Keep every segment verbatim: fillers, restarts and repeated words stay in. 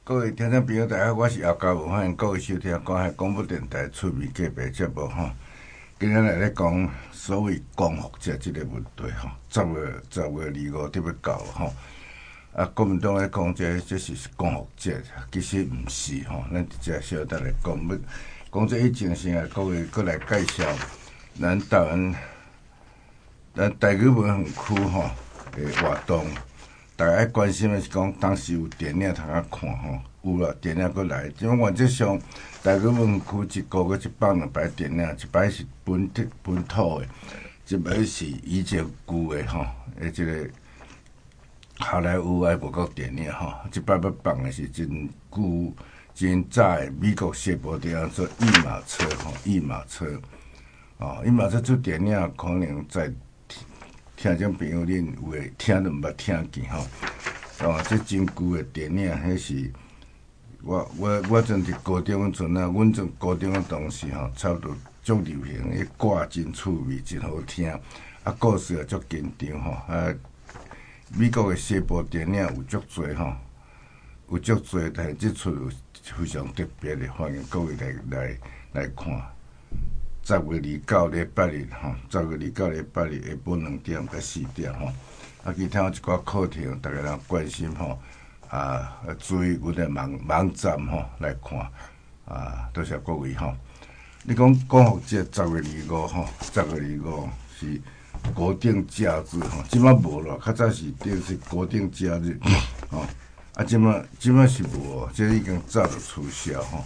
各位听众朋友，大家好，我是姚嘉文，欢迎各位收听广海广播电台趣味隔壁节目吼。今日来咧讲所谓光复节即个问题吼，十月十月二五特别到吼。啊，国民党咧讲这这是光复节，其实毋是吼，咱直接小等来讲。要讲这以前先来各位过来介绍咱台湾咱台语文园区吼诶活动。大家爱关心的是讲，当时有电影通啊看吼，有啦，电影过来。即种原则上，台语文区一个月一放两摆电影，一摆是本土本土的，一摆是以前旧的吼，诶，即个好莱坞爱外国电影吼，即摆要放的是真旧、真早的美国西部电影做《一马车》吼，《一马车》哦，《一马车》这电影可能在。听众朋友，恁有诶听都毋捌听见吼，哦，这真旧诶电影，迄是我我我阵伫高中阵啊，阮阵高中诶当时吼，差不多足流行，迄歌真趣味，真好听，啊，故事也足紧张吼，啊，美国诶西部电影有足侪吼，有足侪，但是即出有非常特别诶，欢迎各位来来来看。十月二九礼拜日吼，十月二九礼拜日下晡两点到四点吼，啊，其他有一寡课程，大家人关心吼，啊，注意阮的网网站吼来看，啊，多谢各位吼。你讲光复节十月二五吼，十月二五是国定假日吼，即摆无咯，较早是定是国定假日吼，啊，即摆即摆是无，即已经早就取消吼。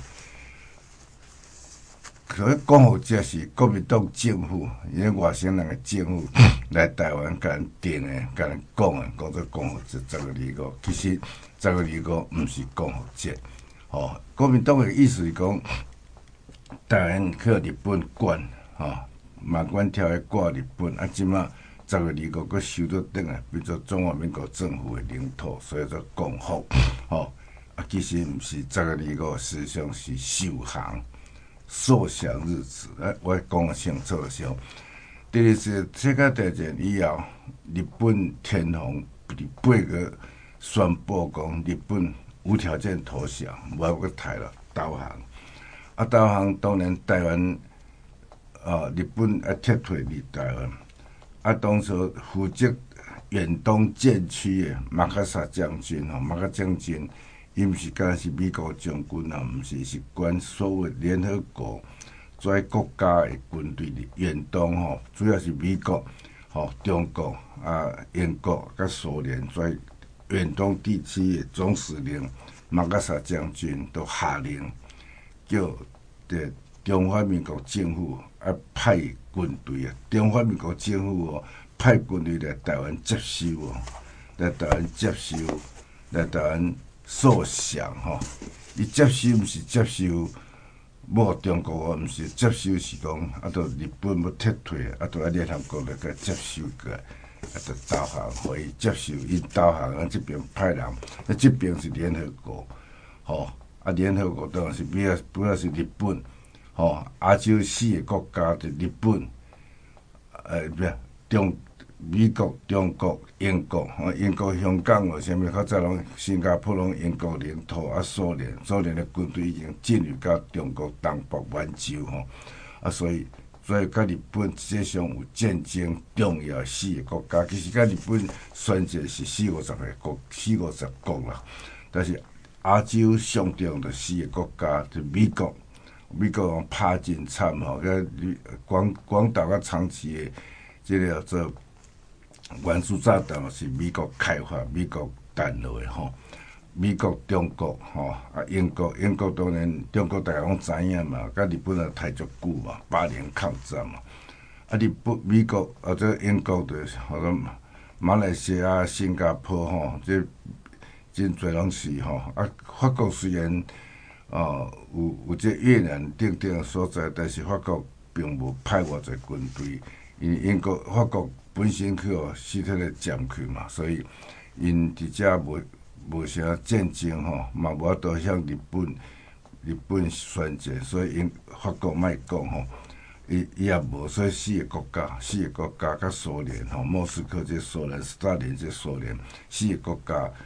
所以光复节是国民党政府，因为外省人的政府来台湾甲咱定的，甲咱讲的，讲做光复节十月二五。其实十月二五毋是光复节，吼、哦。国民党的意思是讲，台湾去日本管，吼、哦，马关条约挂日本，啊，即马十月二五佮收倒转来，变做中华民国政府的领土，所以说光复，吼、哦。啊，其实毋是十月二五，实际上是受降。受降日子，哎，我讲得清楚是吼。第二次世界大战以后，日本天皇伫八月宣布讲，日本无条件投降，无要搁台了投降。啊，投降当然台湾，啊，日本要撤退离台湾。啊，当初负责远东舰区的马卡萨将军吼，马卡将军。伊毋是干是美国将军啊，毋是是管所有联合国遮国家的军队的远东吼，主要是美国、吼中国啊、英国甲苏联遮远东地区的总司令马卡萨将军都下令，叫的中华民国政府啊派军队啊，中华民国政府哦派军队来台湾接收哦，来台湾接收，来台湾。受降吼，伊接收毋是接收，无中国哦，毋是接收是讲，啊，到日本要撤退，啊，到啊联合国来甲接收过来，啊，就投降，互伊接收，因投降，啊，即边派人，啊，即边是联合国，吼，啊，联合国当然是主要主要是日本，吼，亚洲四个国家就日本，呃，不是中。美国、中国、英国，吼，英国、香港哦，啥物较早拢新加坡拢英国领土，啊，苏联，苏联的军队已经进入到中国东部满洲吼，啊，所以所以甲日本实际上有战争重要四个国家，其实甲日本算者是四五十个国，四五十国啦，但是亚洲上重的四个国家就美国，美国拍真惨吼，甲广广岛甲长崎的即个叫做。原子炸弹是美国开发、美国弹落的吼。美国、中国吼啊，英国、英国当然中国大家拢知影嘛，甲日本也太足久嘛，八年抗战嘛。啊，日本、美国或者英国就是或者马来西亚、新加坡吼，这真侪拢是吼。啊，法国虽然哦有有这越南等等的所在，但是法国并无派偌济军队，因英国、法国。本身去哦，希特勒占去嘛，所以因伫遮无无啥战争吼，嘛无法度向日本日本宣战，所以因法国莫讲吼，伊伊也无，所以四个国家，四个国家甲苏联吼，莫斯科这苏联，斯大林这苏联，四个国家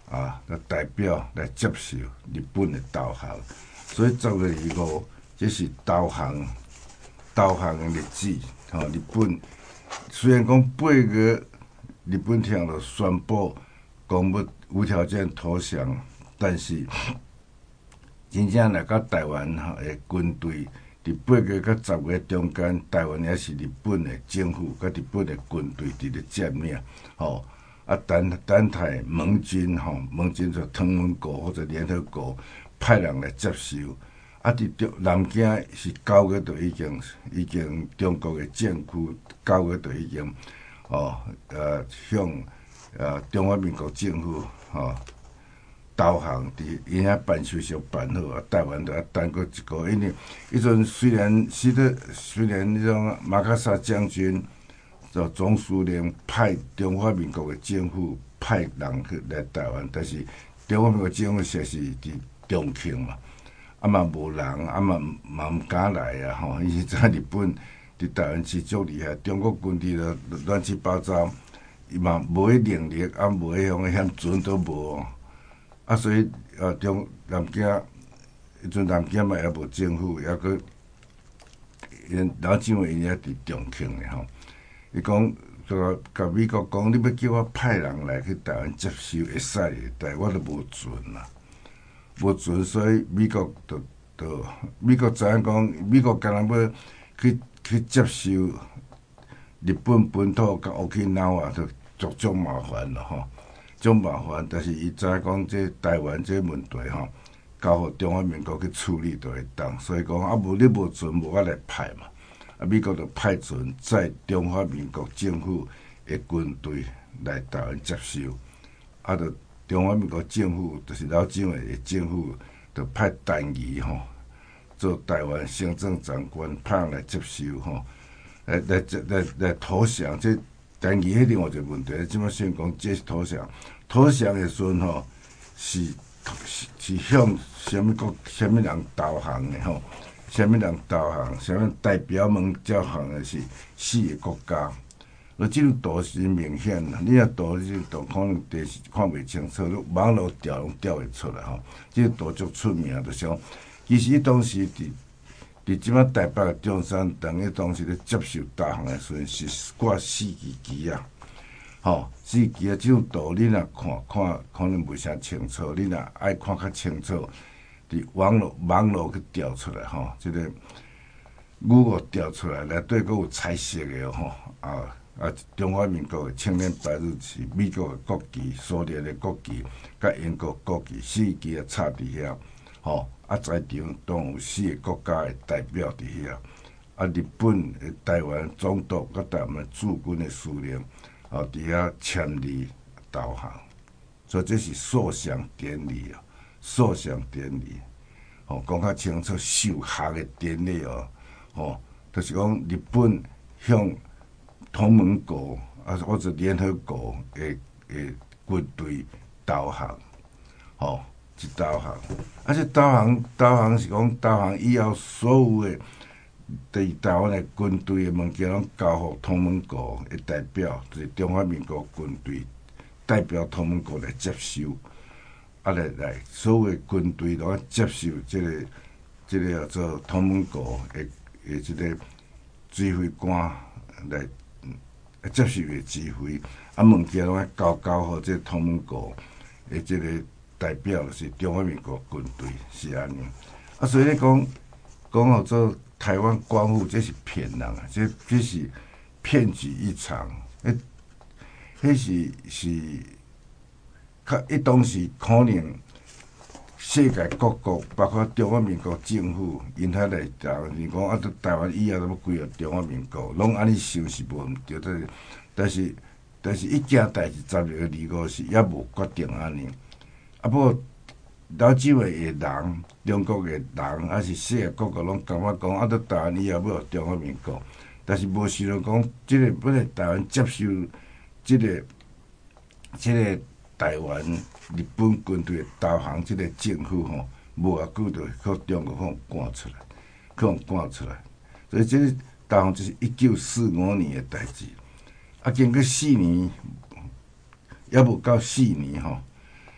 啊，来代表来接受日本的投降。所以十月二五，这是投降投降的日子。吼、哦，日本虽然讲八月日本听了宣布讲要无条件投降，但是真正来到台湾吼的军队。伫八月到十月中间，台湾也是日本的政府甲日本的军队伫咧占领，吼、啊，等等待盟军吼，盟军就汤门国或者联合国派人来接收。啊，伫中南京是九月就已经已经中国的政区九月就已经哦呃向呃中华民国政府吼。哦投降伫因遐办手续办好啊，台湾就要等过一个月，因为迄阵虽然是得虽然迄种马卡萨将军就总司令派中华民国的政府派人去来台湾，但是中华民国政府实是伫重庆嘛，啊嘛无人，啊嘛嘛毋敢来啊吼，伊在日本伫台湾是足厉害，中国军队就乱七八糟，伊嘛无迄能力，啊无迄种险船都无。啊，所以呃，中南京，迄阵南京嘛也无政府，也个因老蒋因也伫重庆的吼。伊讲，就甲美国讲，你要叫我派人来去台湾接收会使的，但我都无准啦，无准，所以美国就就美国知影讲，美国干若要去去接收日本本土甲 Okinawa 就足足麻烦咯吼。种麻烦，但是伊知影讲这台湾这问题吼，交互中华民国去处理就会当，所以讲啊无你无准无法来派嘛，啊美国就派准在中华民国政府的军队来台湾接收，啊，就中华民国政府就是老蒋的政府，就派陈仪吼做台湾行政长官，派人来接收吼，来来来来投降这。但伊迄另外一个问题，即摆先讲，这是投降。投降的时阵吼，是是是向什么国、什么人投降的吼？什么人投降？什么代表们投降的是四个国家。而即种图是明显啦，你若图即种图可能电视看袂清楚，网络调拢调会出来吼。即个图足出名，就像其实当时伫。伫即摆台北嘅中山堂，迄当时咧接受投降诶时阵，是挂四支旗啊，吼，四支旗啊，即种图你若看看，可能袂啥清楚，你若爱看较清楚，伫网络网络去调出来吼，即、這个语言调出来，内底佫有彩色诶吼，啊啊，中华民国诶青年白日旗、美国诶国旗、苏联诶国旗、甲英国国旗，四支啊插伫遐，吼。啊，在场当有四个国家的代表伫遐，啊，日本、台湾总督甲台湾驻军的司令，哦，伫遐签字投降，所以这是受降典礼啊，受降典礼，哦，讲较清楚，受降的典礼哦，哦，就是讲日本向同盟国啊或者联合国的的军队投降，哦。是投降，啊！这投降，投降是讲投降以后，所有的伫台湾的军队的物件，拢交互同盟国的代表，就是中华民国军队代表同盟国来接收，啊来来，所有的军队拢要接受即、这个即、这个叫做同盟国的的即个指挥官来接受的指挥，啊物件拢要交交互即同盟国的即、这个。代表就是中华民国军队是安尼，啊，所以咧讲讲好做台湾光复，这是骗人啊，这这是骗局一场，迄迄是是，较迄当时可能世界各国，包括中华民国政府，因遐来讲，是讲啊，台湾以后要归入中华民国，拢安尼想是无毋对，但是但是但是一件代志十月二五是也无决定安尼。啊，不过老蒋的人、中国的人，还是世界各国拢感觉讲，啊，到台湾以后要中华民国，但是无想到讲，即、這个本来台湾接受即、這个即、這个台湾日本军队投降，即个政府吼，无偌久就去中国互赶出来，去互赶出来，所以即个投降就是一九四五年的代志，啊，经过四年，也无到四年吼。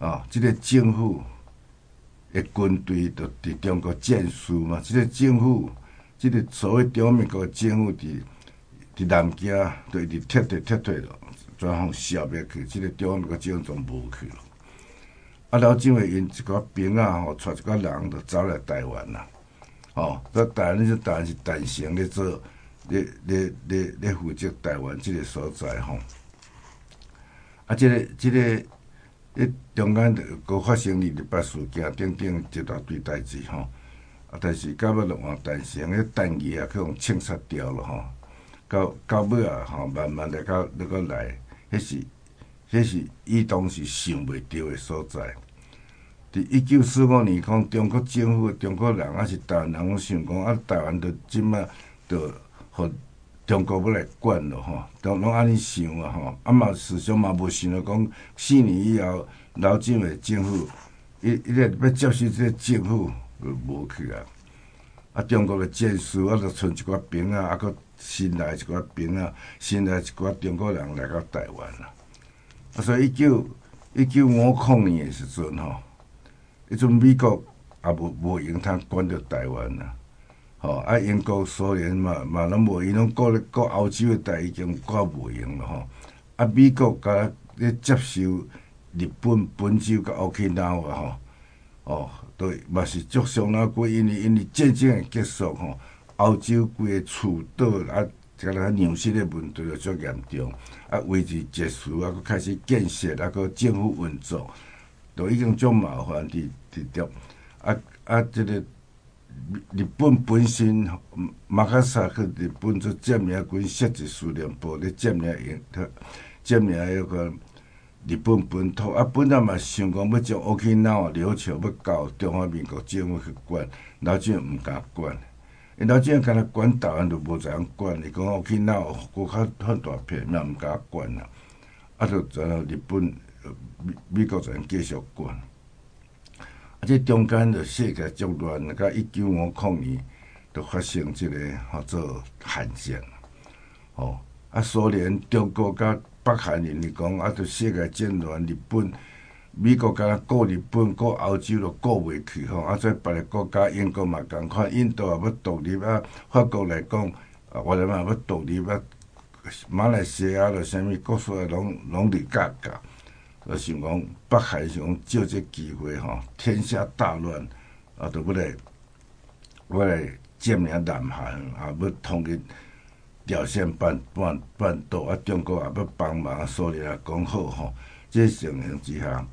哦，即、这个政府的军队就伫中国建树嘛，即、这个政府，即、这个所谓中华民国政府伫伫南京，就一直撤退撤退咯，全方消灭去，即、这个中华民国政府总无去咯。啊，老蒋诶因一寡兵啊，吼，带一寡人就走来台湾啦。哦，在台湾，这台湾是陈诚咧做，咧咧咧咧负责台湾即个所在吼。啊，即、這个即、這个，咧中间就搁发生二二八事件，等等一大堆代志吼。啊，但是到尾就换陈诚咧等伊啊，去互清杀掉了吼。到到尾啊，吼，慢慢来到那个来，迄是。这是伊当时想袂到的所在。伫一九四五年，讲中国政府、中国人还是台湾人，拢想讲啊，台湾着即摆着互中国要来管咯吼，都拢安尼想啊吼。啊嘛，事实上嘛无想到讲四年以后，老蒋的政府，伊伊咧要接受这个政府，就无去啊。啊，中国的战士啊，就剩一寡兵啊，啊，佮新来一寡兵啊，新来一寡中国人来到台湾啦。啊，所以一九一九五零年的时阵吼，迄阵美国也无无用通管着台湾啦，吼啊英国苏联嘛嘛拢无用，拢顾咧顾欧洲的代已经顾无用了吼。啊美国甲咧接受日本本州甲 Okinawa 吼，哦，都嘛是足伤脑筋，因为因为战争的结束吼，欧洲规个厝岛啊。甲咱粮食的问题就足严重，啊，维持秩序啊，佮开始建设啊，佮政府运作，都已经足麻烦伫伫着。啊啊，即、这个日本本身马卡萨去日本做占领军设置司令部咧占领因，占领迄个日本本土。啊，本来嘛想讲要将 Okinawa 琉球要交中华民国政府去管，老蒋毋敢管。因老蒋敢若管台湾，就无怎样管。伊讲我去闹，国较很大片，嘛毋敢管啦。啊，就然日本、美美国就继续管。啊，这中间就世界足乱，到一九五零年就发生即、这个叫做韩战。哦，啊，苏联、中国甲北韩因为讲，啊，就世界战乱，日本。美国敢若顾日本、顾欧洲都顾袂去吼，啊，所以别个国家，英国嘛共款，印度也要独立啊，法国来讲，啊，越南嘛要独立啊，马来西亚着啥物，各所的拢拢伫角角，就想讲北韩想讲借这机会吼，天下大乱，啊，着要来要来占领南韩，啊，要统一朝鲜半半半岛，啊，中国也要帮忙，苏联也讲好吼，这情形之下。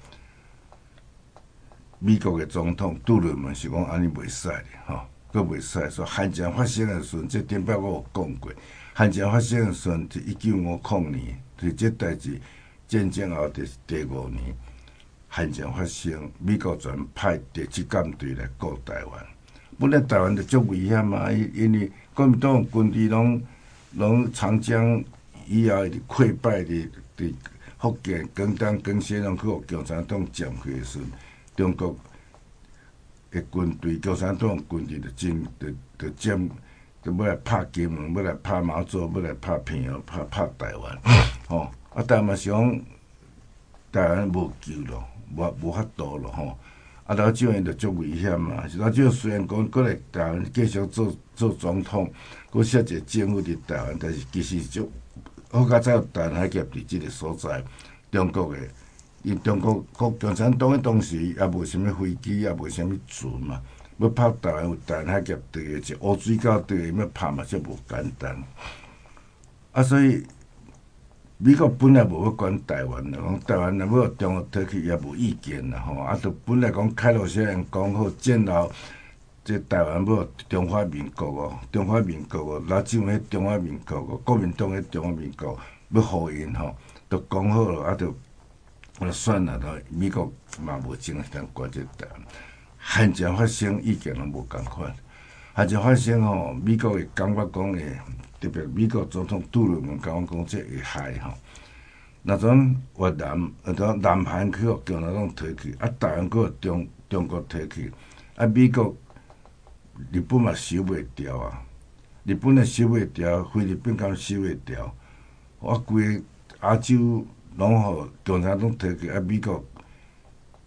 美国的总统杜鲁门是讲安尼袂使的吼，佫袂使。说韩战发生的时阵，这顶摆我有讲过，韩战发生的时阵是一九五零年，就是这代志战争后第第五年，韩战发生，美国全派第七舰队来顾台湾。本来台湾就足危险嘛，因为国民党军队拢拢长江以后直溃败伫伫福建、广东、广西拢去互共产党占去的时阵。中国的军队，共产党军队就真，就就占，就要来拍金门，要来拍马祖，要来拍平遥，拍拍台湾。吼、哦，啊，台湾是讲台湾无救咯，无无法度咯吼。啊，老蒋因就足危险嘛。老蒋虽然讲过来台湾继续做做总统，佮设一个政府伫台湾，但是其实就好较早台湾海峡伫即个所在，中国的。因中国国共产党迄当时也无啥物飞机，也无啥物船嘛，要拍台湾有台湾海峡对个，一乌水沟对个要拍嘛，则无简单。啊，所以美国本来无要管台湾啦，讲台湾若要中国提起也无意见啦吼。啊，就本来讲开罗小人讲好战后，这台湾要中华民国哦，中华民国哦，老蒋迄中华民国哦，国民党迄中华民国要互因吼，都讲好了，啊，就。我算了，都美国嘛无精神管这台湾，韩战发生意见拢无共款。韩战发生吼，美国会感觉讲会，特别美国总统杜鲁门讲讲这会害吼。那种越南，那种南韩去互共产党提去，啊台湾去互中中国提去，啊美国、日本嘛收袂掉啊，日本也收袂掉，菲律宾敢收袂掉，我规个亚洲。拢互共产党提去，啊！美国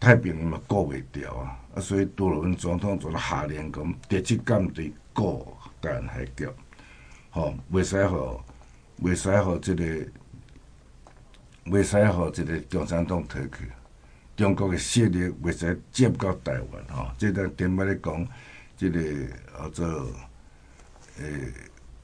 太平洋嘛顾袂掉啊，啊，所以杜鲁门总统就下令讲，第七舰队顾台湾海峡，吼，袂使互，袂使互即个，袂使互即个共产党摕去。中国的势力袂使接到台湾吼，即个顶摆咧讲，即个叫做诶，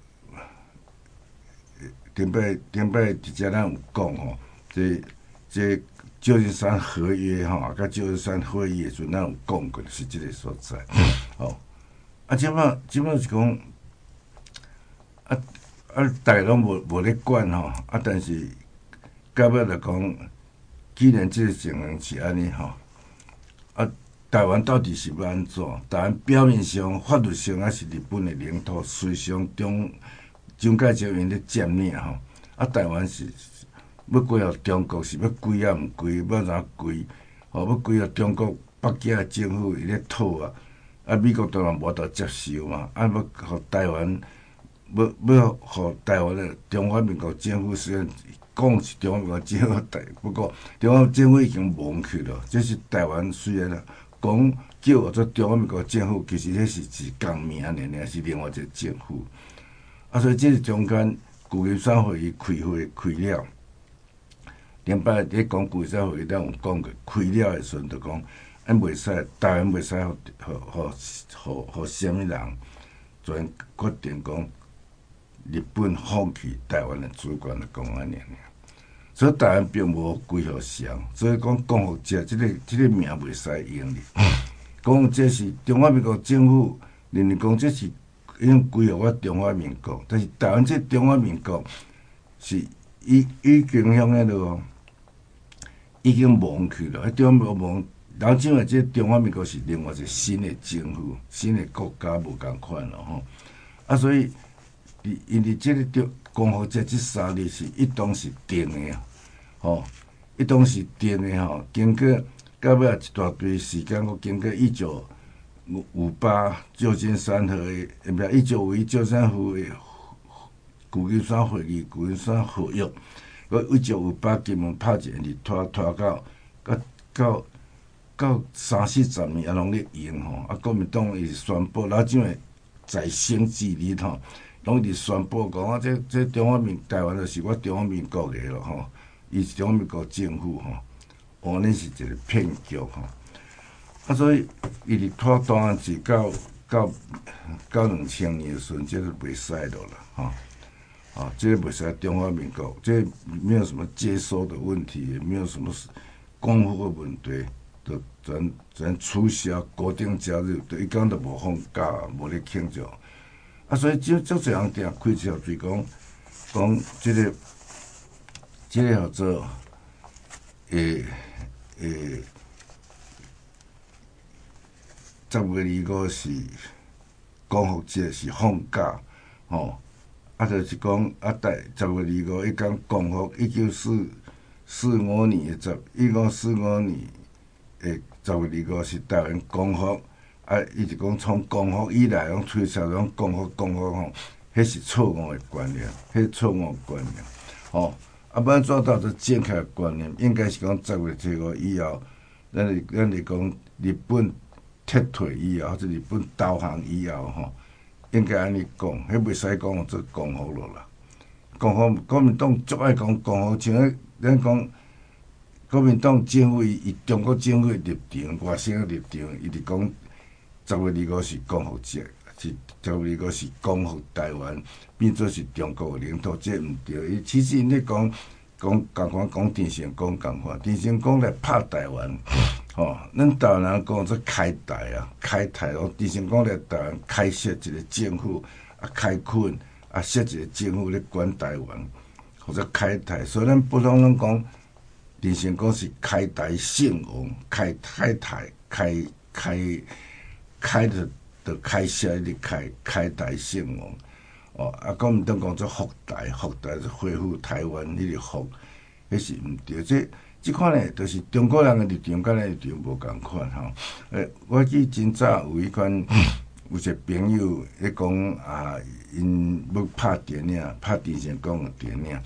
顶摆顶摆直接咱有讲吼，即即旧金山合约吼，甲旧金山会议的时阵，咱有讲过是即个所在，吼。啊，即摆即摆是讲，啊啊，大家拢无无咧管吼，啊，但是到尾就讲。既然这个情形是安尼吼，啊，台湾到底是要安怎？台湾表面上、法律上还是日本的领土，实际上中蒋介石因咧占领吼，啊，台湾是要归互中国，是要归啊毋归，要怎归？吼，要归互中国北京的政府伊咧讨啊，啊，美国当然无得接受嘛，啊，要互台湾，要要互台湾的中华民国政府虽然。讲是中华民国政府台，不过中华政府已经忘去了。这是台湾虽然讲叫做中华民国政府，其实迄是是共名尔尔，是另外一个政府。啊，所以这是中间旧金山会议开会开了，顶摆咧讲旧金山会议，咱有讲过，开了的时阵就讲，咱袂使台湾袂使互互互互什么人，全决定讲日本放弃台湾的主权，就讲安尼尔。所以台湾并无归互谁，所以讲共和者即、这个即、这个名袂使用哩。讲这是中华民国政府，人哋讲这是已经归互我中华民国，但是台湾这中华民国是已已经向迄落已经忘去了，迄中华民国忘，然后因为这中华民国是另外一个新的政府、新的国家无共款咯吼。啊，所以因为这个中共和者这三日是一当是定的。吼，伊当时定的吼，经过到尾一大堆时间，我经过一九五八旧金山和的，诶，不一九五一旧金山和的旧金山会议、旧金山合约，我一九五八根本拍一个日拖拖到到到到三四十年也拢咧用吼，啊，国民党伊宣布，老蒋的在生之日吼，拢伫宣布讲啊，这这中华民台湾就是我中华民国的咯吼。伊是中华民国政府吼，完全是一个骗局吼。啊，所以伊伫拖单案是到到到两千年的时阵，这是袂使了啦吼。啊，这个袂使中华民国，这个没有什么接收的问题，也没有什么功夫的问题，就全全取消国定假日，就一讲都无放假，无咧庆祝。啊，所以就就这样定开条嘴讲讲这个。这个叫做诶诶，十月二五是光复节，是放假吼。啊，就是讲啊，第十月二五一讲光复，一九四四五年的十，一九四五年诶十月二五是台湾光复。啊，伊就讲从光复以来，拢推测拢光复光复吼，迄是错误的观念，迄错误观念吼。啊，要怎到做正确观念？应该是讲十月七号以后，咱是咱是讲日本撤退以后，或者日本投降以后吼，应该安尼讲，迄袂使讲做光复了啦。光复国民党足爱讲光复，像迄咱讲国民党政府伊伊中国政府的立场，外省的立场，伊伫讲十月二五是光复节。是十月二五是光复台湾，变做是中国的领土，这毋对。伊其实因咧讲讲共款讲郑成功共款，郑成功来拍台湾，吼、哦，咱台湾人讲做开台啊，开台哦，郑成功来台湾开设一个政府，啊开垦，啊设一个政府咧管台湾，或者开台。所以咱不通拢讲郑成功是开台圣王，开开台开开开的。就开设迄个开开台圣王，哦，啊，国民党讲做复台，复台是恢复台湾迄个复，迄是毋对。这即款呢，就是中国人的立场，甲咱立场无共款吼。诶，我记真早有迄款有一个朋友咧讲啊，因要拍电影，拍郑成功的电影，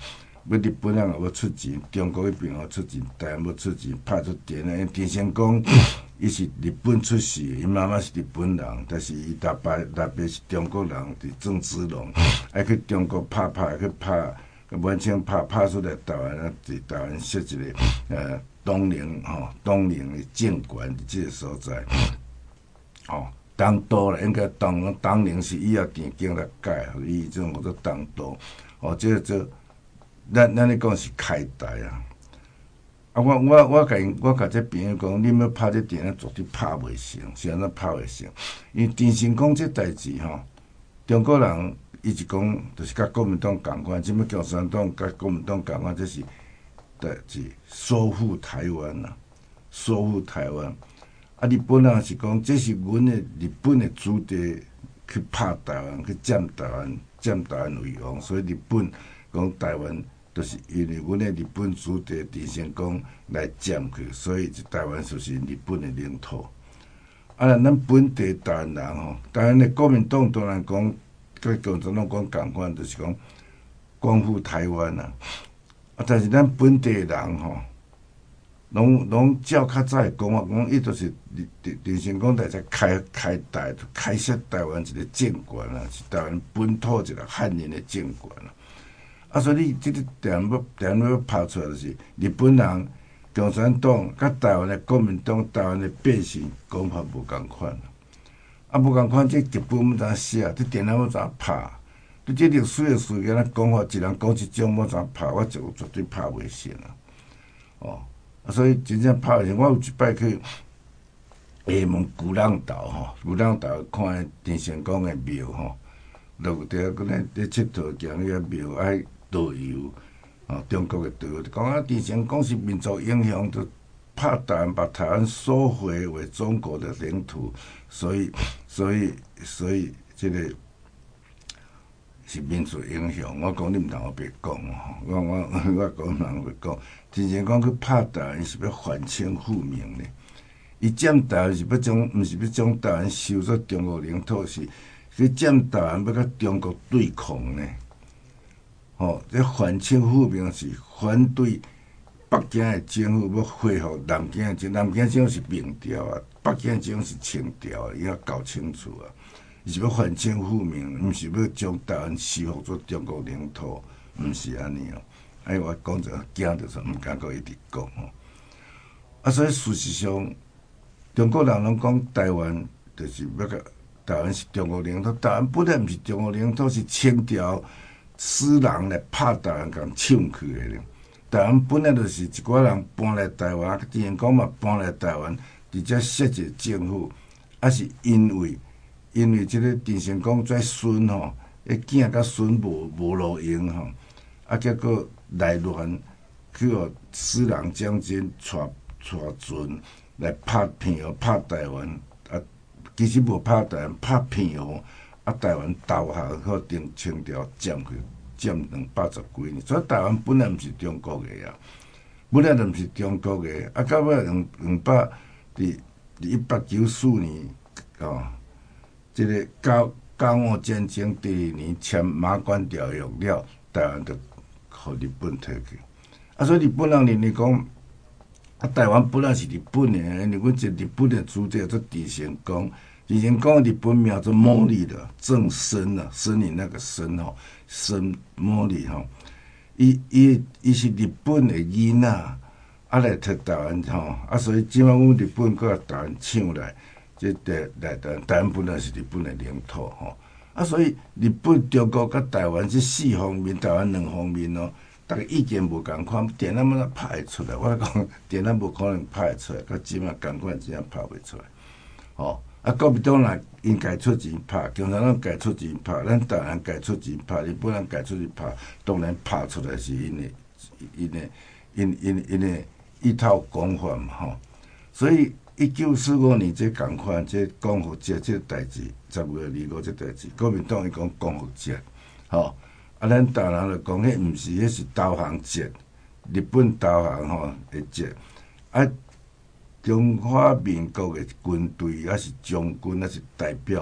要日本人也要出钱，中国迄边也要出钱，台湾要出钱，拍出电啊。因田成功伊是日本出世，伊妈妈是日本人，但是伊大爸大爸是中国人，伫郑芝龙，爱去中国拍拍，去拍，完全拍拍出来台湾啊，伫台湾设一个呃东陵吼，东陵的建馆伫即个所在，吼、哦。东都啦，应该东东陵是以后电竞来改，伊即种叫做东都。哦，即、這個即，咱咱咧讲是开台啊。啊，我我我甲因，我甲这朋友讲，你要拍这电影，绝对拍袂成，是安怎拍袂成？因为田成功这代志吼，中国人伊是讲，就是甲国民党共款，即么共产党甲国民党共款，这是代志，收复台湾啊，收复台湾。啊，日本人是讲，这是阮的日本的主地去拍台湾，去占台湾，占台湾为王，所以日本讲台湾，就是因为阮的日本主地田成功来占去，所以台湾就是日本的领土。啊，咱本地台湾人吼，台湾的国民党当然讲，甲共产党讲共款，就是讲光复台湾啊。啊，但是咱本地人吼。拢拢照较早讲话，讲伊就是田田成功在才开开台，开设台湾一个政权啊，是台湾本土一个汉人的政权啊。啊，所以你即个电要电要拍出来，就是日本人、共产党、甲台湾的国民党、台湾的百姓讲法无共款。啊，无共款，这剧本要怎写？这电影要怎拍？你这历史的事件咱讲法，一人讲一种，要怎拍？我就绝对拍袂成啊！哦。啊，所以真正拍成，我有一摆去厦门鼓浪岛吼，鼓浪岛看田成功的庙吼，落地个咧咧佚佗行迄个庙爱导游，吼、哦、中国的导游讲啊，田成功是民族英雄，就拍台湾把台湾收回为中国的领土，所以所以所以这个是民族英雄。我讲你毋通我别讲吼，我我我讲毋通别讲。田成功去拍台湾是要反清复明呢，伊占台湾是要将，毋是要将台湾收做中国领土，是去占台湾要甲中国对抗呢。吼、哦，这反清复明是反对北京的政府要恢复南京的政，南京政府是明朝啊，北京政府是清朝啊，伊要搞清楚啊。伊是要反清复明，毋是要将台湾收复做中国领土，毋是安尼哦。哎，我讲者惊着，毋敢阁一直讲吼。啊，所以事实上，中国人拢讲台湾就是要甲台湾是中国领土，台湾本来毋是中国领土，是清朝私人来拍台湾，共抢去的咧。台湾本来就是一寡人搬来台湾，田成功嘛搬来台湾，直接设一个政府，啊是因为因为即个田成功跩孙吼，迄囝甲孙无无路用吼，啊结果。内乱去互私人将军带带船来拍片拍台湾，啊，其实无拍台湾，拍片哦，啊，台湾投降，好定清朝占去，占两百十几年，所以台湾本来毋是中国的啊，本来就毋是中国的，啊，到尾两两百伫伫一八九四年哦，即、这个甲甲午战争第二年签马关条约了，台湾就。互日本摕去，啊，所以日本人认为讲，啊，台湾本来是日本的，因为阮一日本的主体做田成功，田成功日本名做毛利的正森啊，森林那个森吼，森毛利吼，伊伊伊是日本的囡仔，啊来摕台湾吼，啊，所以即摆阮日本搁甲台湾抢来，即台来台湾，台湾本来是日本的领土吼。啊，所以日本、中国甲台湾这四方面，台湾两方面哦，大家意见无共款，电脑要哪拍会出来？我讲电脑无可能拍会出来，甲即马共款真正拍袂出来。哦，啊，国民党若因家出钱拍，共产党家出钱拍，咱台湾家出钱拍，日本人家出钱拍，当然拍出来是因的、因的、因因因的一套讲法嘛，吼。所以一九四五年这共款，这光复节这代志。十月二五这代志，国民党伊讲光复节，吼，啊，咱台湾人就讲，迄毋是，迄是投降节，日本投降吼的节，啊，中华民国的军队，还是将军，还是代表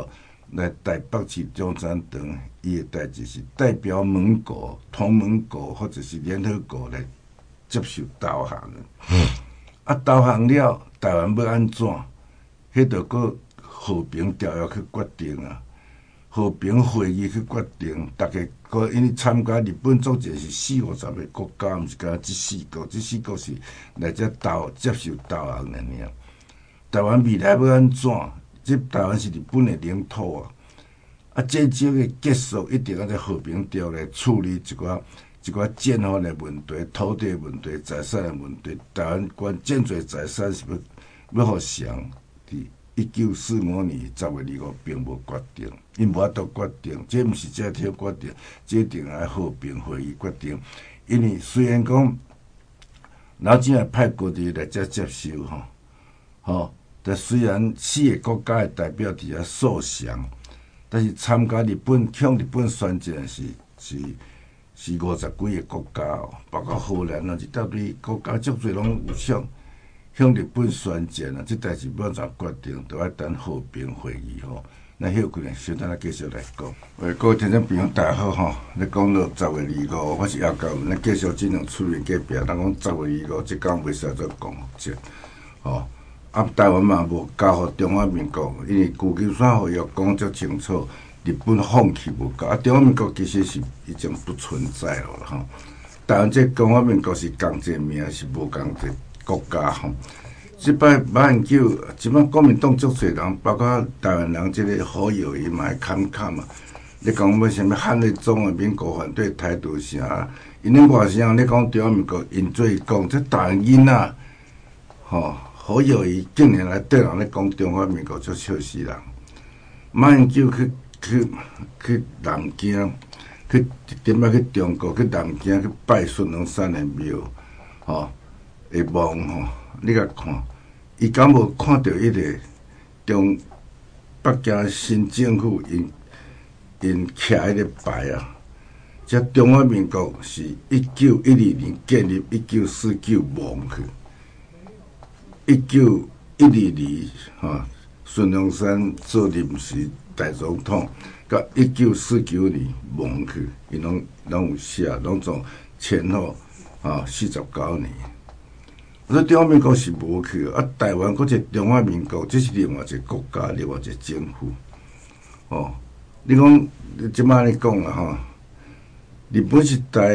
来台北市中山堂，伊的代志是代表盟国、同盟国或者是联合国来接受导航的。啊，导航了，台湾要安怎？迄着个和平条约去决定啊，和平会议去决定，大家个因为参加日本组织是四五十个国家，毋是干即四个，即四个是来这导接受导航的尔。台湾未来要安怎？即台湾是日本的领土啊！啊，战争的结束一定要在和平条来处理一寡一寡建法的问题、土地问题、财产的问题。台湾关真侪财产是要要互谁？伫一九四五年十月二五并无决定，因无法度决定，这毋是这条决定，这定来和平会议决定。因为虽然讲老蒋也派国队来遮接受吼，吼，但虽然四个国家的代表伫遐受降，但是参加日本向日本宣战的是是是五十几个国家哦，包括荷兰啊，一大堆国家足侪拢有向。向日本宣战啊！即代志要怎决定，都要等和平会议吼。咱休困咧，稍等咱继续来讲。喂，各位听众朋友，大家好吼！你讲到十月二五，我是姚教文，咱继续尽量处理隔壁。咱讲十月二五，即讲袂使做共和节，吼。啊，台湾嘛无交互中华民国，因为旧金山合约讲足清楚，日本放弃无交。啊，中华民国其实是已经不存在了吼。台湾这中华民国是共一名，是无共一国家吼，即摆马英九，即摆国民党足侪人，包括台湾人，即个好友伊嘛会侃侃嘛。你讲要啥物捍卫中华民国，反对台独啥？因咧外省，你讲中华民国，因做伊讲，即台湾囡仔，吼，好友伊近年来对人咧讲中华民国足笑死人。马英九去去去南京，去点仔去中国，去南京去拜孙中山的庙，吼。会望吼，你甲看，伊敢无看到迄个中北京新政府因因徛迄个牌啊？这中华民国是一九一二年建立，一九四九亡去，一九一二年吼，孙中山做临时大总统，到一九四九年亡去，因拢拢有写，拢总前后啊四十九年。所以中华民国是无去，啊，台湾搁一中华民国，这是另外一个国家，另外一个政府。哦，你讲即摆你讲啦吼，日本时代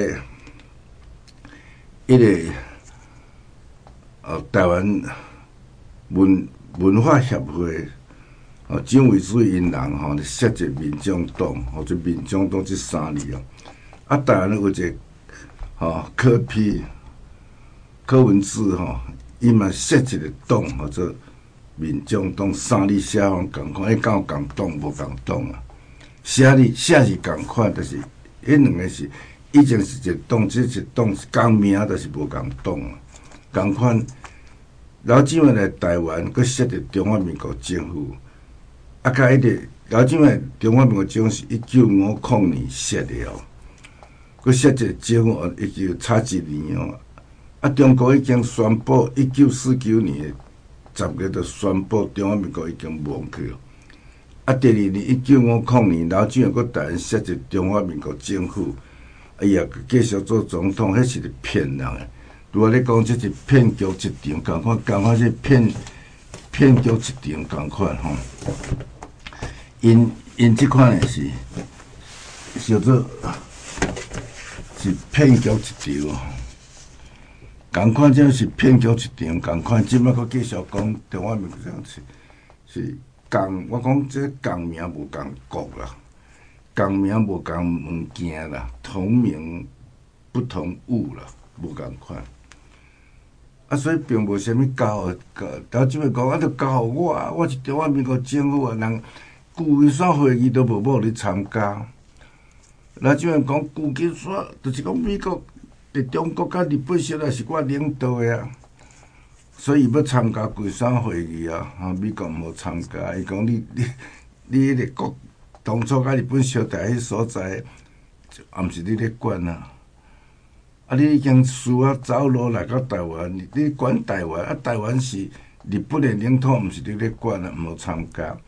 迄个呃台湾文文化协会，哦，蒋渭水因人吼，设一民众党，或者民众党这三字哦，啊，台湾有一个吼柯 P。柯文哲吼，伊嘛设一个党，或者民众党三字写法共款，迄敢有共党无共党啊？写字写是共款，但是迄两个是以前是一个党，即一党共名，但是无共党啊。共款，老蒋来台湾，佮设立中华民国政府，啊，甲迄个老蒋来中华民国政府是一九五零年设的哦，佮设一个政府，一九差一年哦。啊！中国已经宣布，一九四九年十月就宣布中华民国已经亡去了。啊，第二年一九五零年，老蒋又搁台湾设置中华民国政府，哎呀，继续做总统，迄是咧骗人诶。如果你讲这是骗局一场，共款共款是骗骗局一场共款吼。因因即款诶是叫做是骗局一场。共款，这是骗局一场。共款，即摆佫继续讲中华民国这样是是共，我讲这共名无共国啦，共名无共物件啦，同名不同物啦，无共款。啊，所以并无啥物交交，到即摆讲啊，着交互我啊，我是中华民国政府啊，人旧金山会议都无要你参加。那即摆讲旧金山，就是讲美国。中国甲日本实在是我领导的啊，所以要参加旧金山会议啊，啊，美国毋好参加。伊讲你你你迄个国当初甲日本相台迄所在，也毋是你咧管啊。啊，你已经输啊走路来到台湾，你管台湾啊，台湾是日本的领土，毋是你咧管啊，毋好参加。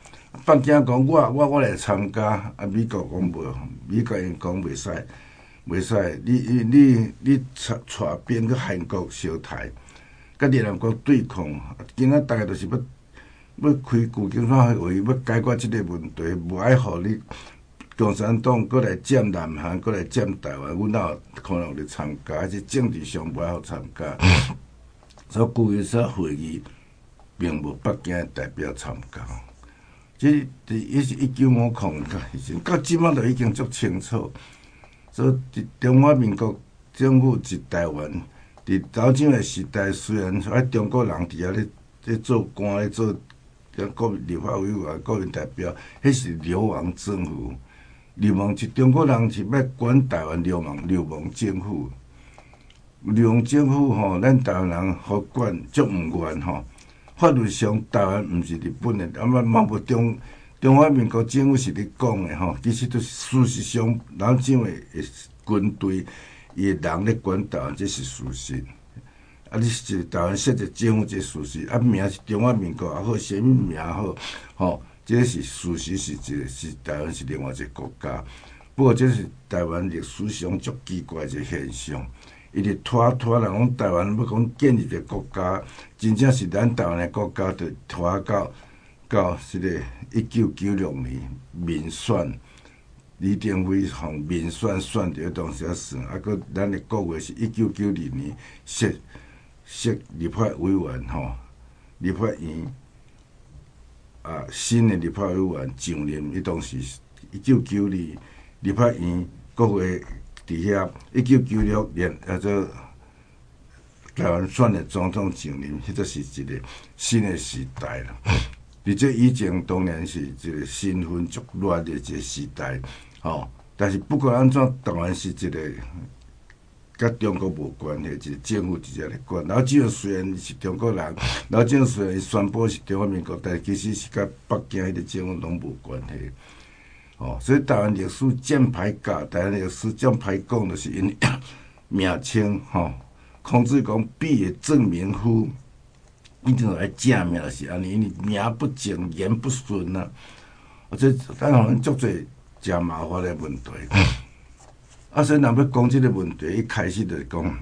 北京讲我我我来参加，啊美国讲无，美国因讲袂使，袂使，你你你你带带兵去韩国烧台，甲越南国对抗，今仔大概就是要要开旧金山会，要解决即个问题，无爱互你共产党过来占南韩，过来占台湾，阮哪有可能有参加？而且政治上无爱互参加，所以旧金山会议并无北京的代表参加。即伫伊是一九五零以前，到即马都已经足清楚。所以，中华民国政府伫台湾，伫斗争的时代，虽然啊中国人伫遐咧咧做官咧做，国立法委员、国民代表，迄是流亡政府。流氓是中国人是要管台湾流氓流氓政府。流氓政府吼，咱台湾人好管足毋愿吼。法律上，台湾毋是日本的，啊嘛嘛无中中华民国政府是咧讲的吼，其实都是事实上，咱政府的军队伊的人咧管台湾，这是事实。啊，你是台湾设置政府，这事实，啊名是中华民国也好，啥物名也好，吼，这是事实，是一个是台湾是另外一个国家。不过，这是台湾历史上足奇怪一个现象。伊咧拖拖人讲台湾要讲建立一个国家，真正是咱台湾的国家，就拖到到即个一九九六年民选，李登辉从民选选着当时啊算，啊，搁咱的国会是一九九二年设设立法委员吼，立法院啊新的立法委员上任，伊当时一九九二立法院国会。伫遐，一九九六年啊，做台湾选的总统上任，迄就是一个新的时代了。而且以前当然是一个身份足乱的一个时代，吼、哦。但是不管安怎，当然是一个甲中国无关系，一个政府直接来管。老蒋虽然是中国人，老蒋虽然宣布是中华民国，但其实是甲北京迄个政府拢无关系。哦，所以台湾历史正歹教，台湾历史正歹讲，就是因名称吼，孔子讲必也正名乎，一定来正名是安尼，因为名不正言不顺啊，这咱互咱足侪真麻烦的问题。啊，所以若要讲即个问题，一开始就是讲，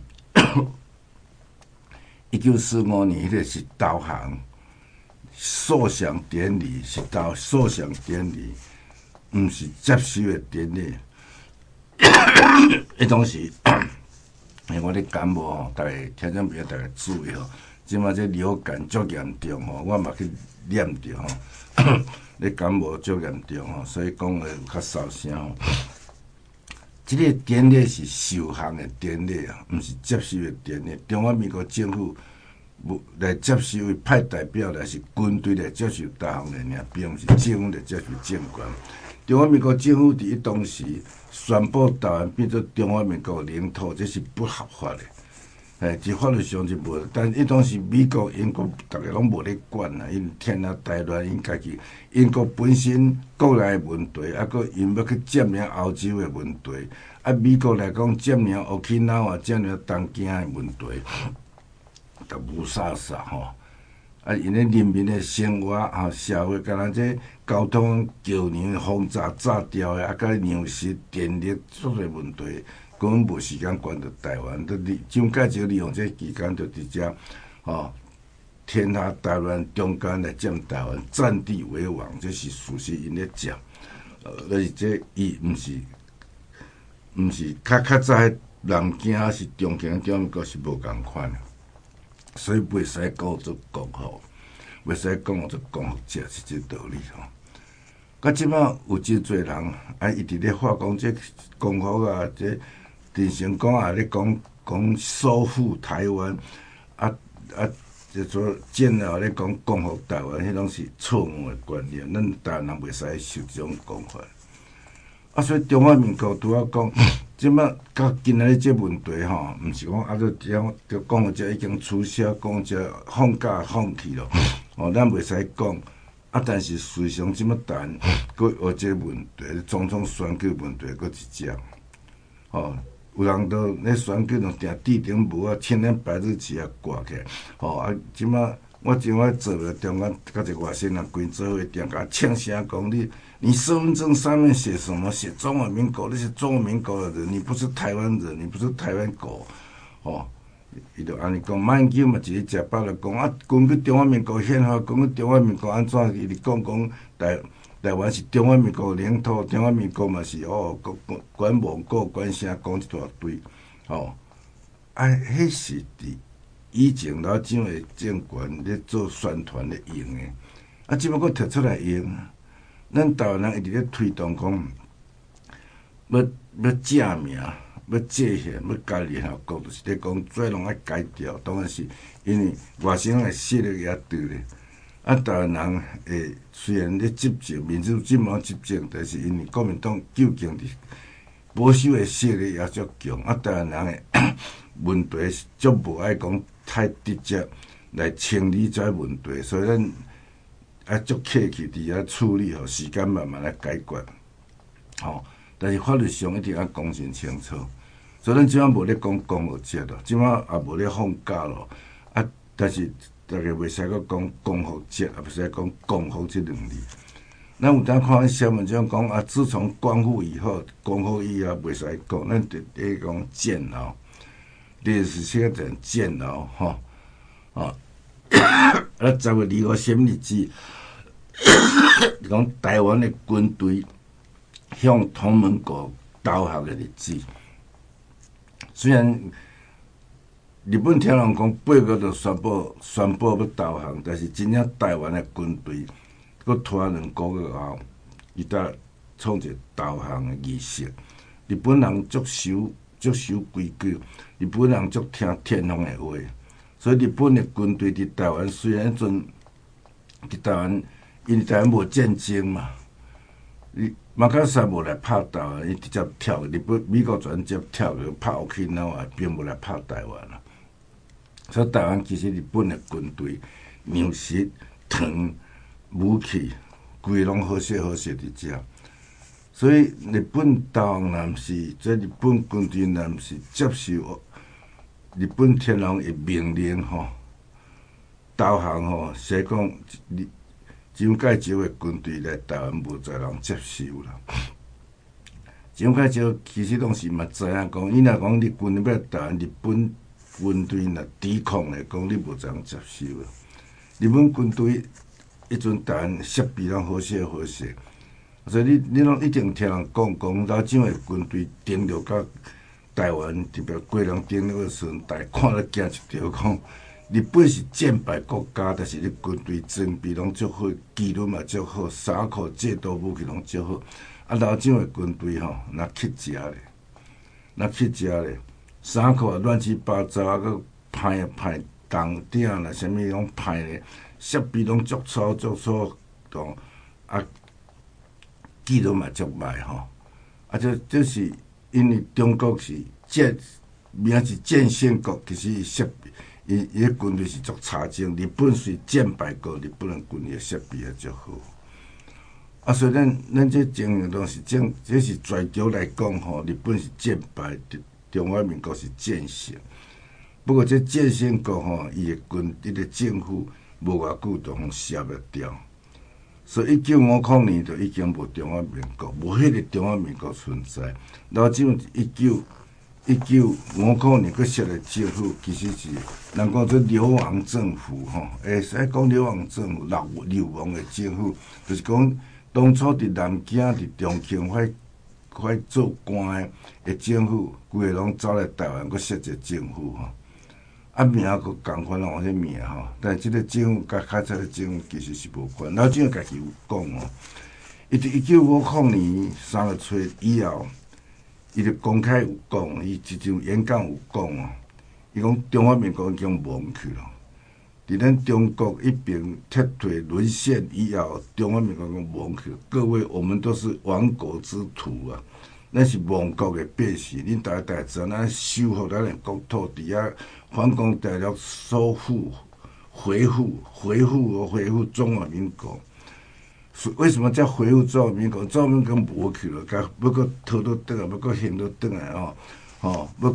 一九四五年迄个是导航受降典礼，是导受降典礼。毋是接收的典礼，迄当时，因为我咧感冒吼，逐个听众朋友逐个注意吼，即马这流感足严重吼，我嘛去验着吼，咧感冒足严重吼，所以讲话有较烧声吼。即个典礼是受降的典礼啊，毋是接收的典礼。中华民国政府来接收派代表来是军队来接受大项的尔，并毋是政府来接受政权。中华民国政府伫当时宣布台湾变做中华民国领土，这是不合法的。诶，伫法律上是无，但伊当时美国、英国逐个拢无咧管啊，因天啊台湾因家己，英国本身国内的问题，啊，佮因要去占领欧洲的问题，啊，美国来讲占领奥克纳瓦、占领东京的问题，甲无啥啥吼。啊，因咧人民的生活啊，社会，敢若这交通、桥梁、轰炸、炸掉的，啊，甲粮食、电力诸个问题，根本无时间管到台湾。就利，蒋介石利用这期间，就直接吼填下台湾中间来占台湾，占地为王，这是事实，因咧占。呃，而且伊毋是毋是较较早人惊是中共中民国是无共款。所以袂使讲做共和，袂使讲做共和者是这道理吼。到即摆有真侪人啊，一直咧发讲这共和啊，这陈成功啊咧讲讲收复台湾，啊啊，就说建后咧讲共和台湾，迄拢是错误的观念。咱台湾人袂使受这种讲法。啊，所以中华民国拄啊讲。即摆到今仔日即问题吼，毋是讲啊，都讲就讲者已经取消，讲者放假放弃咯。哦，咱袂使讲啊，但是事实上即摆谈，佫有即问题，总统选举问题佫一只。哦，有人都咧选举，就定地顶无啊，千年白日旗啊挂起。哦啊，即摆我前我做了中间，甲一个外省人规做伙定甲呛声讲你，你身份证上面写什么？写中华民国，你是中华民国的人，你不是台湾人，你不是台湾狗，哦。伊就安尼讲，慢久嘛，一个食饱了讲啊，根据中华民国宪法，根据中华民国安怎，伊就讲讲台台湾是中华民国领土，中华民国嘛是哦，管管蒙古管啥，讲一大堆，哦，啊，迄是伫以前老蒋的政权咧做宣传咧用的，啊，即摆佫摕出来用，咱台湾人一直咧推动讲，要要正名。要界限，要加联合国，就是咧讲，做拢爱改掉。当然是因为外省的势力也对咧。啊，台湾人诶，虽然咧执政，民主进步执政，但是因为国民党究竟伫保守的势力也足强。啊，台湾人诶问题足无爱讲太直接来清理这问题，所以咱啊足客气伫遐处理吼，时间慢慢来解决。吼，但是法律上一定要公正清楚。所以咱即摆无咧讲共和节咯，即摆也无咧放假咯。啊，但是大家袂使阁讲共和节，也袂使讲共和即两字。咱有当看新闻上讲啊，自从光复以后，光复以后袂使讲，咱伫咧讲建牢，历史写成建牢吼，啊，啊，十月二号什么日子？讲台湾的军队向同盟国投降的日子。虽然日本听人讲八月就宣布宣布要投降，但是真正台湾的军队，佮拖两个月后，伊才创一个投降的仪式。日本人足守足守规矩，日本人足听天皇的话，所以日本的军队伫台湾虽然迄阵伫台湾，因为台湾无战争嘛。马卡萨无来拍台湾，伊直接跳日本、美国直接跳去拍乌克兰啊，并无来拍台湾啊。所以台湾其实日本的军队、粮食、糖、武器，规拢好势好势伫遮。所以日本投降若是，这日本军队若毋是接受日本天皇的命令吼，投降吼，是讲日。蒋介石的军队来台湾，无在人接受啦。蒋介石其实当时嘛知影讲，伊若讲日军要来台湾，日本军队若抵抗来讲，你无在人接受啦。日本军队迄阵台湾设备拢好势好势，所以你你拢一定听人讲讲，老蒋的军队登陆到台湾，特别贵人登陆的时阵，大家看了惊一跳讲。日本是战败国家，但是你军队装备拢足好，纪律嘛足好，衫裤制度武器拢足好。啊，老蒋的军队吼，若乞食咧，若乞食咧，衫裤也乱七八糟，啊，佮歹啊歹，铜鼎啦，啥物拢歹咧，设备拢足粗足粗，懂啊？纪律嘛足歹吼，啊，这这是因为中国是战，名是战胜国，其实设备。伊伊个军队是足差劲，日本虽战败国，日本人军队设备也足好。啊，所以咱咱这情形都是正，这是全球来讲吼，日本是战败，中华民国是战胜。不过这战胜国吼，伊个军，伊个政府无偌久就互消灭掉。所以一九五零年就已经无中华民国，无迄个中华民国存在。老蒋一九。一九五零年，佮设立政府，其实是人讲做流亡政府吼，会使讲流亡政府、流流亡的政府，就是讲当初伫南京、伫重庆发发做官的的政府，规个拢走来台湾，佮设一个政府吼。啊名佮共款拢有迄名吼，但是即个政府甲较早的政府其实是无关。老蒋家己有讲哦，伊伫一九五零年三月初以后。伊就公开有讲，伊一场演讲有讲哦，伊讲中华民国已经亡去了。伫咱中国一边撤退沦陷以后，中华民国已经亡去了。各位，我们都是亡国之徒啊！咱是亡国的百姓，恁大家大家知道，咱收复咱的国土，伫遐反攻大陆，收复、恢复、恢复和恢复中华民国。为什么叫恢复中华民国？中华民国无去了，甲要搁讨倒转来，要搁兴倒转来哦，吼，要搁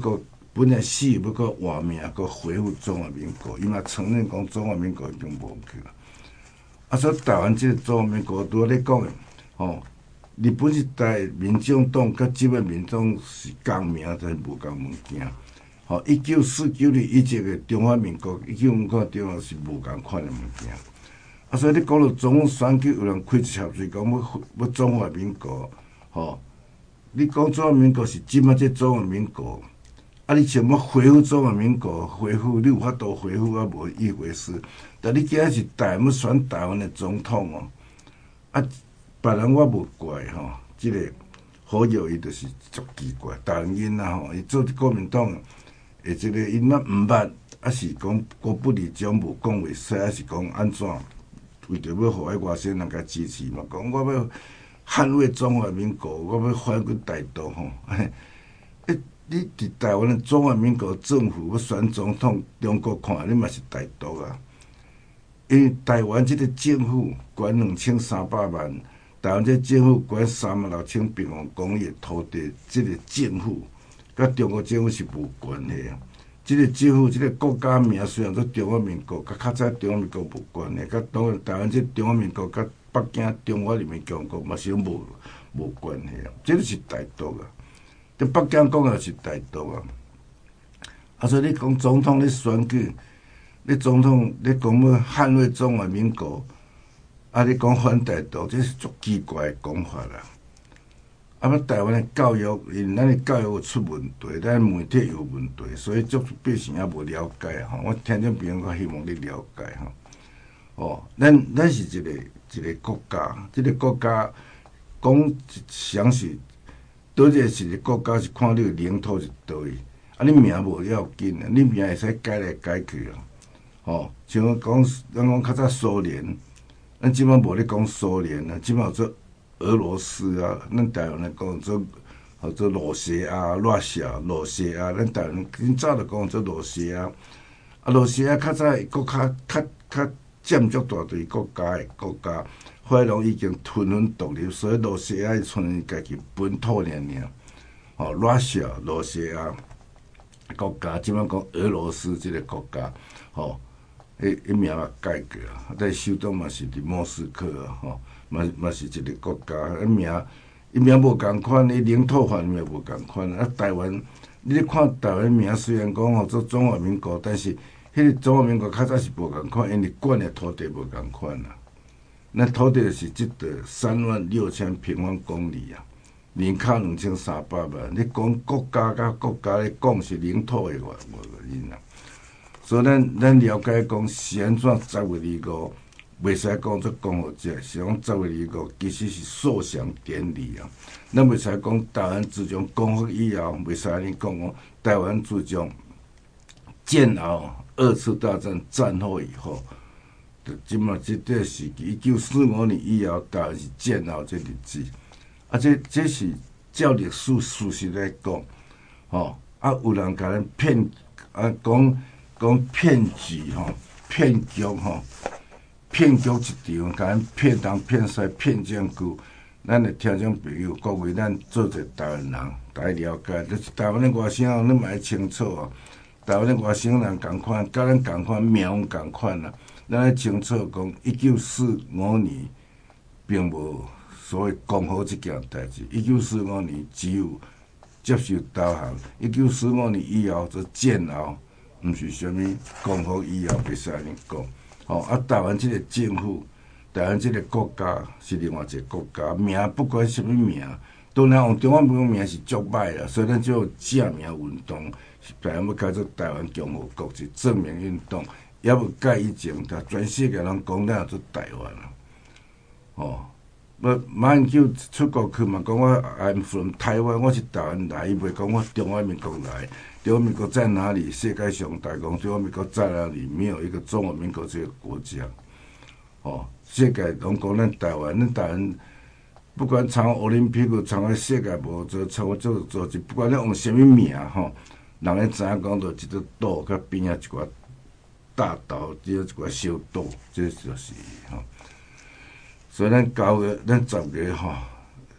本来死要搁活命，搁恢复中华民国，伊嘛承认讲中华民国已经无去了。啊，所以台湾即个中华民国拄仔咧讲诶，吼，日本时代民众党甲即个民众是共名，但是无共物件。吼，一九四九年以前诶中华民国，一九五九中华是无共款诶物件。啊，所以你讲到总统选举，有人开一条嘴讲要要中华民国，吼，你讲中华民国是即摆即中华民国。啊！你想要恢复中华民国，恢复你有法度恢复啊？无一回事。但你今仔是台湾要选台湾的总统哦，啊，别人我无怪吼，即、這个好友伊就是足奇怪，台湾囡仔吼，伊做国民党诶，即个因嘛毋捌，啊是讲国不理将无讲袂使，啊是讲安怎？为着要互迄外省人甲支持嘛，讲我要捍卫中华民国，我要反滚台独吼。诶你伫台湾的中华民国政府要选总统，中国看你嘛是台独啊！因为台湾即个政府管两千三百万，台湾即个政府管三万六千平方公里的土地，即、這个政府甲中国政府是无关系啊！即、這个政府即、這个国家名虽然做中华民国，甲较早中华民国无关系，甲当然台湾即中华民国甲北京中华人民共和国嘛是无无关系啊！即个是台独啊！北京讲的是台独啊，啊，所以你讲总统咧选举，你总统你讲要捍卫中华民国，啊，你讲反台独，这是足奇怪的讲法啦。啊，要台湾的教育，因咱的教育有出问题，咱媒体有问题，所以足百姓也无了解吼。我听众朋友，我希望你了解吼。哦，咱咱是一个一个国家，这个国家讲详细。倒一个是一个国家是看你领土是倒位，啊，你名无要紧啊，你名会使改来改去啊，吼，像讲咱讲较早苏联，咱即摆无咧讲苏联啊，即摆有做俄罗斯啊，咱台湾咧讲做叫做罗西亚、罗西亚、罗西亚，咱台湾较早就讲做罗西亚，啊，罗西亚较早国较较较占足大对国家诶国家。发龙已经吞吞独立，所以罗西亚剩家己本土尔尔。吼，罗西亚、罗西亚国家，即摆讲俄罗斯即个国家，吼，迄迄名嘛改过啊。但首都嘛是伫莫斯科啊，吼，嘛嘛是一个国家，迄名伊名无共款，伊领土范围无共款。啊，台湾，你咧看台湾名虽然讲吼做中华民国，但是迄个中华民国较早是无共款，因为管的土地无共款啊。咱土地是即个三万六千平方公里啊，人口两千三百万。你讲国家甲国家咧讲是领土的话，无因啦。所以咱咱了解讲是安怎十月二五袂使讲做共和制，是讲十月二五其实是受降典礼啊。咱袂使讲台湾自从共和以后，袂使安尼讲讲台湾自从战后二次大战战后以后。即嘛，即个时期，一九四五年以后，台湾是战后这日子，啊，这这是照历史事实来讲，吼，啊，有人甲咱骗，啊，讲讲骗局吼，骗局吼，骗局一场，甲咱骗东骗西骗证据，咱的听众朋友，各位，咱做者台湾人，大家了解，就是台湾的外省人，你嘛要清楚哦，台湾的外省人共款，甲咱共款，命共款啦。咱要清楚讲，一九四五年并无所谓共和这件代志。一九四五年只有接受导航。一九四五年以后做战后，毋是啥物共和以后袂使安尼讲。吼、哦，啊，台湾即个政府，台湾即个国家是另外一个国家，名不管啥物名，当然用中华民国名是足歹啦，所以咱就正名运动，台湾要改做台湾共和国，是正名运动。也无改以前，但全世界人讲咱做台湾啊，哦，要马英九出国去嘛，讲我 I'm from 台湾，我是台湾来，伊袂讲我中华民国来。中华民国在哪里？世界上大讲中华民国在哪里？没有一个中华民国这个国家。哦，世界拢讲咱台湾，咱台湾不管参奥林匹克，参个世界无做，参个做做，不管你用啥物名吼，人咧知影讲到一个岛，甲边仔一寡。大岛，只有一寡小岛，这就是吼。所以咱九月，咱十月吼，迄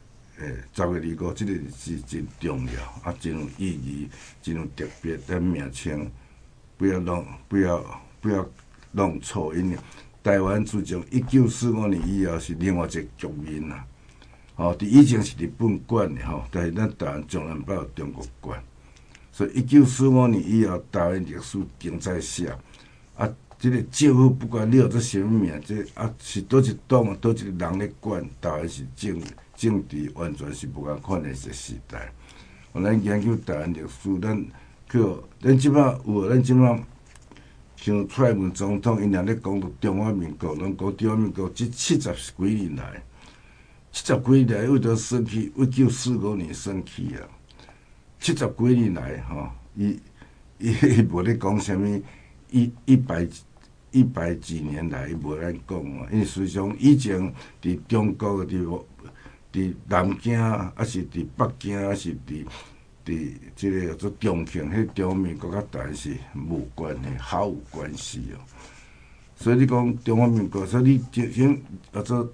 诶，十月二五，即个是真重要，啊，真有意义，真有特别。咱名称不要弄，不要不要弄错，因为台湾自从一九四五年以后是另外一个局面啦。吼，伫以前是日本管的吼，但是咱台湾从来毋捌有中国管，所以一九四五年以后，台湾历史经在写。啊，即、这个政府不管你有做啥物名，这啊是倒一党啊，倒一个人咧管，台湾是政政治完全是无共款的一个时代。哦，咱研究台湾历史，咱去，咱即摆有，咱即摆像蔡英文总统，因若咧讲到中华民国，拢讲中华民国即七十几年来，七十几年来为着升起，一九四五年升起啊，七十几年来吼，伊伊伊无咧讲啥物。一一百一百几年来，伊无咱讲啊，因为实际上以前伫中国、伫伫南京，啊是伫北京，啊是伫伫即个叫做重庆，迄中华民国甲台湾是无关的，毫无关系哦。所以你讲中华民国，所以你就像叫做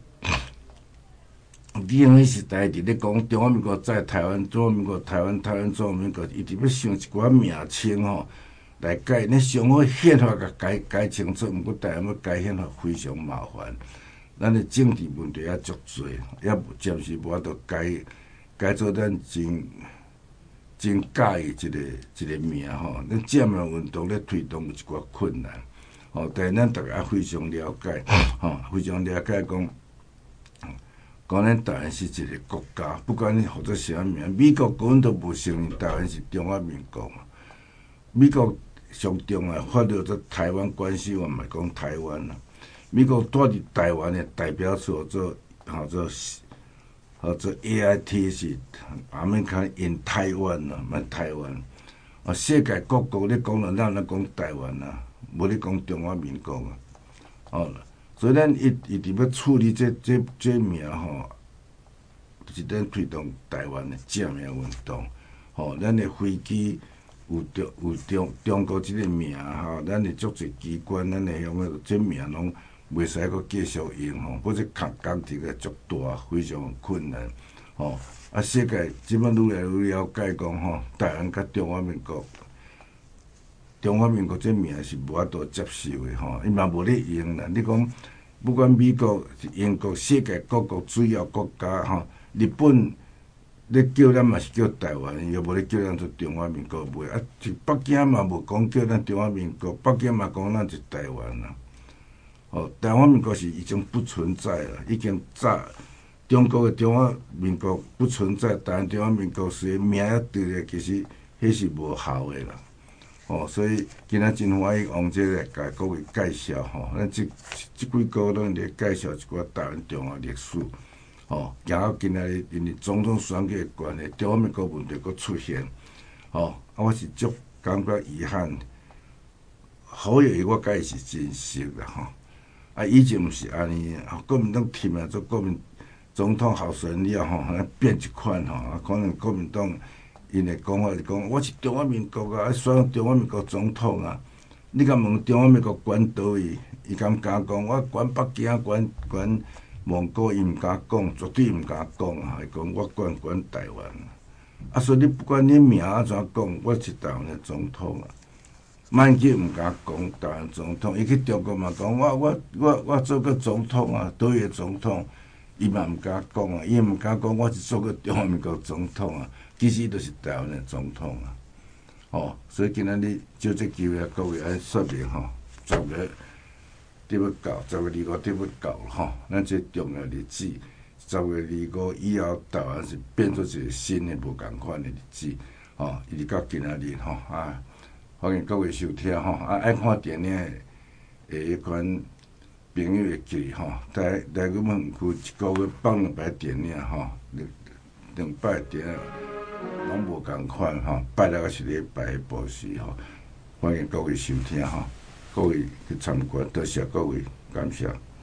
你迄时代伫咧讲中华民国在台湾，中华民国台湾，台湾中华民国，一直要想一寡名称吼。来改，你上好宪法甲改改清楚，毋过台湾要改宪法非常麻烦，咱的政治问题也足多，也暂时无法度改改做咱真真介意一个一个名吼。咱正面运动咧推动有一寡困难，吼，但是咱大家非常了解，吼，非常了解讲，讲咱台湾是一个国家，不管你号做啥名，美国根本都无承认台湾是中华民国嘛，美国。上重要发了做台湾关系法，嘛讲台湾啦。美国带伫台湾的代表处做，吼做，吼做 A I T 是 American in Taiwan 啦，嘛台湾。啊，世界各国咧讲了，咱咧讲台湾啦，无咧讲中华民国啊。哦，所以咱一一直要处理这这这名吼，就是咱推动台湾的正面运动。吼，咱的飞机。有中有中中国即个名吼，咱的足侪机关，咱的用个即名拢袂使阁继续用吼，或者工工程个足大，非常困难吼。啊，世界即摆愈来愈了解讲吼，台湾甲中华民国，中华民国即名是无法度接受的吼，伊嘛无咧用啦。你讲不管美国、英国、世界各国主要国家吼，日本。咧叫咱嘛是叫台湾，又无咧叫咱做中华民国袂啊！北京嘛无讲叫咱中华民国，北京嘛讲咱是台湾啦。哦，台湾民国是已经不存在了，已经早中国的中华民国不存在，台湾中华民国虽然名也对咧，其实迄是无效的啦。哦，所以今仔真欢喜王姐来甲各位介绍吼，咱即即几个咱咧介绍一寡台湾中华历史。哦，行到今仔日，因为总统选举的关系，中华民国问题佫出现，哦，啊，我是足感觉遗憾。好友我甲伊是真熟啦，吼，啊，以前毋是安尼，国民党팀啊做国民总统候选人了吼，变一款吼，啊，可能国民党因的讲法是讲，我是中华民国啊，选中华民国总统啊，你甲问中华民国管倒位，伊敢敢讲，我管北京，管管。蒙古伊毋敢讲，绝对毋敢讲啊！伊讲我管管台湾，啊，所以你不管你名安怎讲，我是台湾的总统啊。曼吉毋敢讲台湾总统，伊去中国嘛讲，我我我我做过总统啊，倒位总统，伊嘛毋敢讲啊，伊毋敢讲我是做过中华民国总统啊，其实伊就是台湾的总统啊。哦，所以今仔日就这机会，各位来说明吼，十月。得要到，十月二五得要到了吼，咱这重要日子，十月二五以后，台湾是变做一个新的无共款的日子，吼，一直到今仔日吼啊，欢迎各位收听吼，啊爱看电影的迄款朋友会记吼，来来我们区一个月放两摆电影吼，两两摆电影拢无共款吼，拜六是礼拜的报时吼，欢迎各位收听吼。各位去参观，多谢各位，感谢。